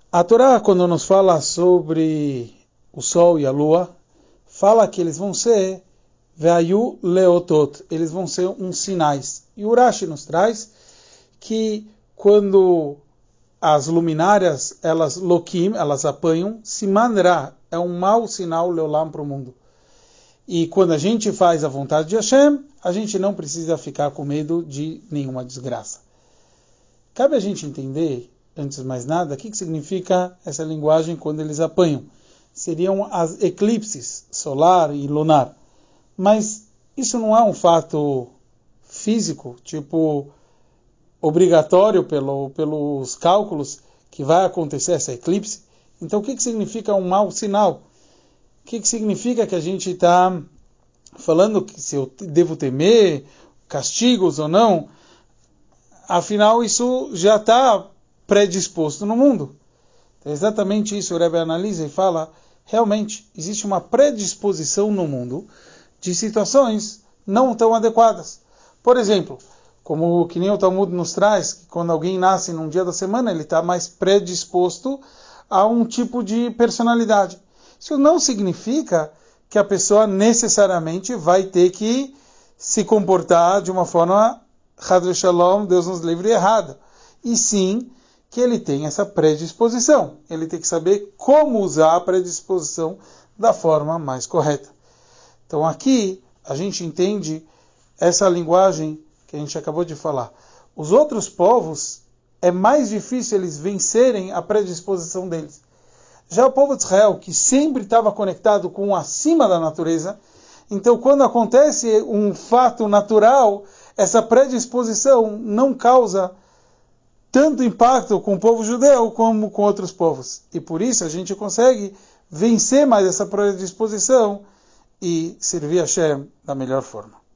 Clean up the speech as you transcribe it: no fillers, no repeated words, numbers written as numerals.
A Torá, quando nos fala sobre o Sol e a Lua, fala que eles vão ser Ve'ayu leotot, eles vão ser uns sinais. E o Urashi nos traz que quando as luminárias, elas apanham, siman ra, é um mau sinal leolam para o mundo. E quando a gente faz a vontade de Hashem, a gente não precisa ficar com medo de nenhuma desgraça. Cabe a gente entender, antes de mais nada, o que significa essa linguagem quando eles apanham. Seriam as eclipses solar e lunar. Mas isso não é um fato físico, tipo, obrigatório pelos cálculos que vai acontecer essa eclipse. Então o que significa um mau sinal? O que significa que a gente está falando que se eu devo temer castigos ou não? Afinal, isso já está predisposto no mundo. Então, exatamente isso o Rebbe analisa e fala, realmente, existe uma predisposição no mundo de situações não tão adequadas. Por exemplo, como que nem o Talmud nos traz, que quando alguém nasce num dia da semana, ele está mais predisposto a um tipo de personalidade. Isso não significa que a pessoa necessariamente vai ter que se comportar de uma forma Hadre Shalom, Deus nos livre, errada. E sim, que ele tem essa predisposição. Ele tem que saber como usar a predisposição da forma mais correta. Então aqui a gente entende essa linguagem que a gente acabou de falar. Os outros povos, é mais difícil eles vencerem a predisposição deles. Já o povo de Israel, que sempre estava conectado com o acima da natureza, então quando acontece um fato natural, essa predisposição não causa tanto impacto com o povo judeu como com outros povos. E por isso a gente consegue vencer mais essa predisposição e servir a Hashem da melhor forma.